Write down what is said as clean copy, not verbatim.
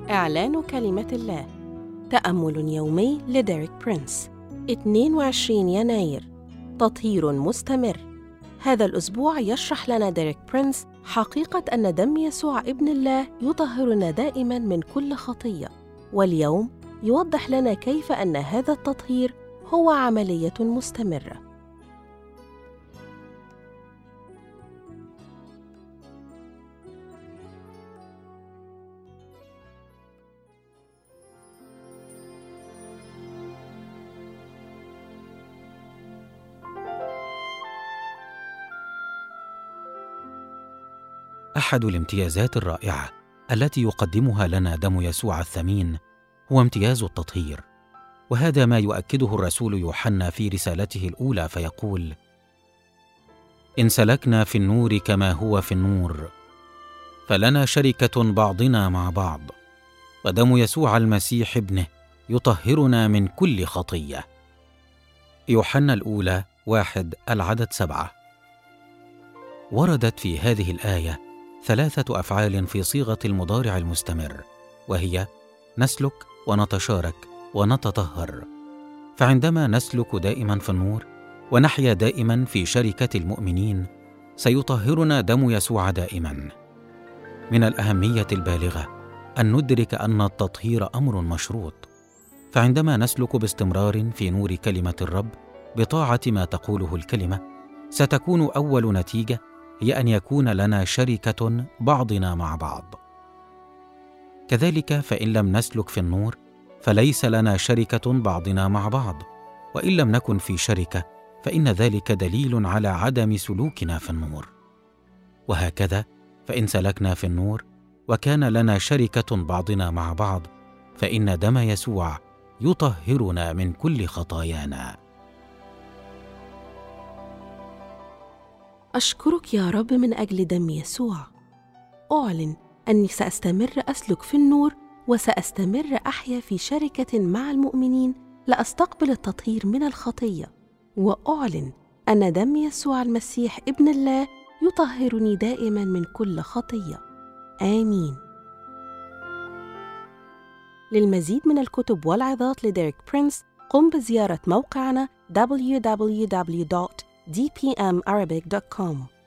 إعلان كلمة الله. تأمل يومي لديريك برينس. 22 يناير. تطهير مستمر. هذا الأسبوع يشرح لنا ديريك برينس حقيقة أن دم يسوع ابن الله يطهرنا دائماً من كل خطية، واليوم يوضح لنا كيف أن هذا التطهير هو عملية مستمرة. أحد الامتيازات الرائعة التي يقدمها لنا دم يسوع الثمين هو امتياز التطهير، وهذا ما يؤكده الرسول يوحنا في رسالته الأولى فيقول: إن سلكنا في النور كما هو في النور فلنا شركة بعضنا مع بعض، ودم يسوع المسيح ابنه يطهرنا من كل خطية. يوحنا الأولى 1:7. وردت في هذه الآية 3 أفعال في صيغة المضارع المستمر، وهي نسلك ونتشارك ونتطهر. فعندما نسلك دائما في النور ونحيا دائما في شركة المؤمنين سيطهرنا دم يسوع دائما. من الأهمية البالغة أن ندرك أن التطهير أمر مشروط، فعندما نسلك باستمرار في نور كلمة الرب بطاعة ما تقوله الكلمة، ستكون أول نتيجة هي أن يكون لنا شركة بعضنا مع بعض. كذلك فإن لم نسلك في النور فليس لنا شركة بعضنا مع بعض، وإن لم نكن في شركة فإن ذلك دليل على عدم سلوكنا في النور. وهكذا فإن سلكنا في النور وكان لنا شركة بعضنا مع بعض فإن دم يسوع يطهرنا من كل خطايانا. أشكرك يا رب من أجل دم يسوع. أعلن أني سأستمر أسلك في النور، وسأستمر أحيا في شركة مع المؤمنين لأستقبل التطهير من الخطية، وأعلن أن دم يسوع المسيح ابن الله يطهرني دائما من كل خطية. آمين. للمزيد من الكتب والعظات لديريك برينس قم بزيارة موقعنا www.dpmarabic.com.